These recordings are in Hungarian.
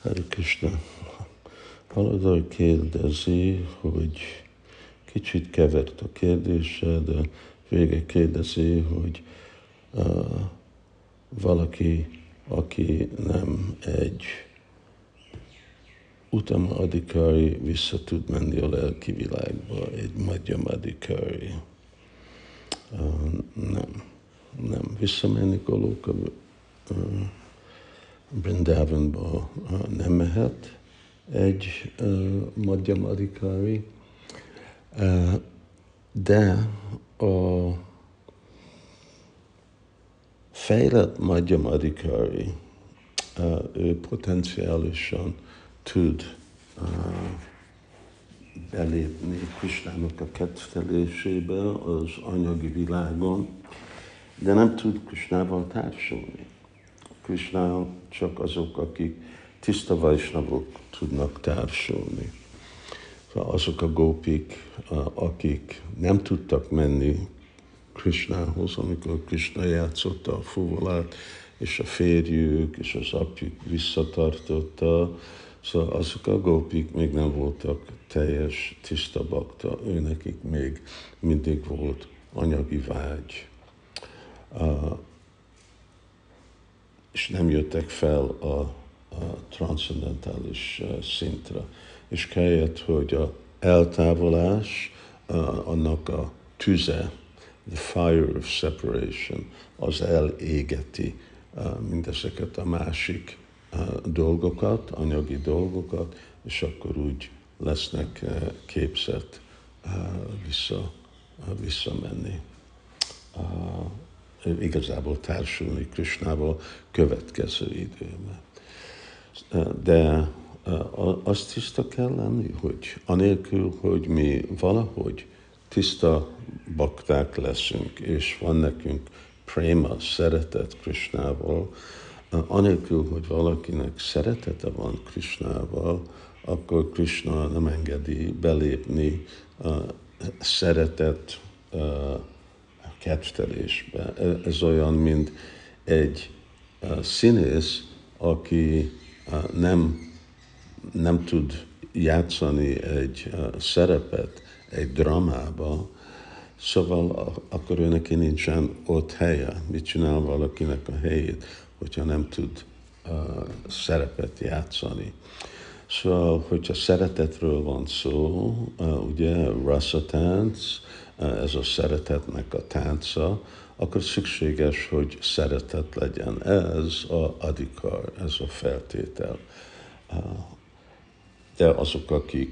Hare Krishna. Haladar kérdezi, hogy kicsit kevert a kérdése, de vége kérdezi, hogy valaki, aki nem egy Uttama Adhikari, vissza tud menni a lelki világba, egy Madhyama Adhikari. Nem visszamenni Goloka Brindavanba nem mehet egy Madhyama Adhikari, de a fejlett Madhyama Adhikari, ő potenciálisan tud belépni Krisnának a kedvelésébe az anyagi világon, de nem tud Krisnával társulni. Krisnával csak azok, akik tiszta vajsnavok tudnak társulni. Szóval azok a gópik, akik nem tudtak menni Krisnához, amikor Krisna játszotta a fuvolát, és a férjük és az apjuk visszatartotta, szóval azok a gópik még nem voltak teljes tiszta bakta, őnekik még mindig volt anyagi vágy. És nem jöttek fel a transzendentális szintre. És kellett, hogy a eltávolás, annak a tüze, the fire of separation, az elégeti mindezeket a másik dolgokat, anyagi dolgokat, és akkor úgy lesznek képzett visszamenni. Igazából társulni Krisnával következő időben. De azt tiszta kell lenni, hogy anélkül, hogy mi valahogy tiszta bakták leszünk, és van nekünk préma, szeretet Krisnával, anélkül, hogy valakinek szeretete van Krisnával, akkor Krishna nem engedi belépni szeretet kedvtelésbe. Ez olyan, mint egy színész, aki nem tud játszani egy szerepet egy drámába, szóval akkor ő neki nincsen ott helye. Mit csinál valakinek a helyét, hogyha nem tud szerepet játszani. Szóval, hogyha szeretetről van szó, ugye rasszatánc, ez a szeretetnek a tánca, akkor szükséges, hogy szeretet legyen. Ez a adhikar, ez a feltétel. De azok,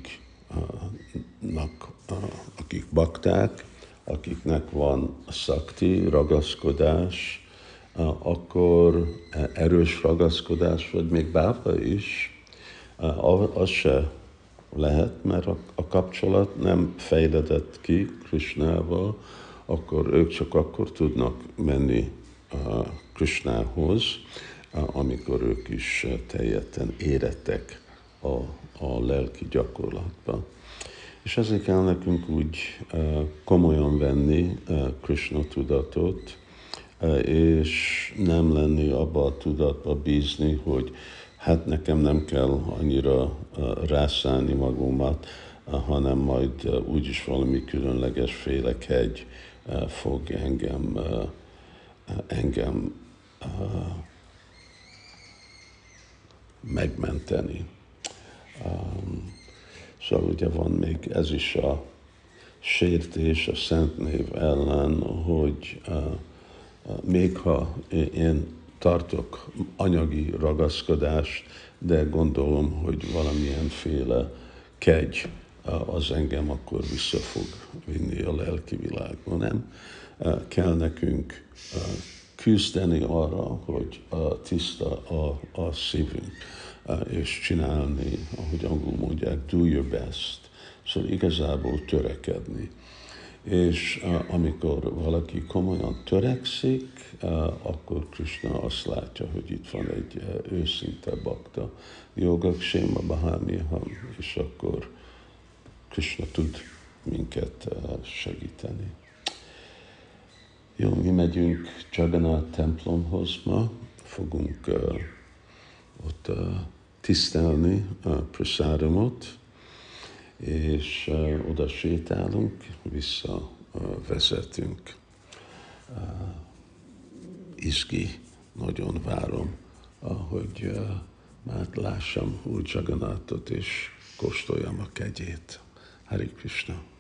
akik bakták, akiknek van szakti, ragaszkodás, akkor erős ragaszkodás, vagy még báva is, az se lehet, mert a kapcsolat nem fejledett ki Krisnával, akkor ők csak akkor tudnak menni Krisnához, amikor ők is teljesen érettek a lelki gyakorlatba. És ezért kell nekünk úgy komolyan venni Krishna tudatot, és nem lenni abba a tudatba bízni, hogy hát nekem nem kell annyira rászállni magumat, hanem majd úgyis valami különleges félekegy fog engem megmenteni. Szóval ugye van még ez is a sértés a Szent Név ellen, hogy még ha én tartok anyagi ragaszkodást, de gondolom, hogy valamilyenféle kegy az engem akkor vissza fog vinni a lelki világba, nem? Kell nekünk küzdeni arra, hogy tiszta a szívünk, és csinálni, ahogy angolul mondják, do your best. Szóval igazából törekedni. És amikor valaki komolyan törekszik, akkor Krishna azt látja, hogy itt van egy őszinte bakta, Yogakshéma Bahámiham, és akkor Krishna tud minket segíteni. Jó, mi megyünk Jagannath templomhoz ma, fogunk ott tisztelni a prasáramot, és oda sétálunk, visszavezetünk. Izgi, nagyon várom, hogy már lássam úgy Jagannathot, és kóstoljam a kegyét. Hare Krishna!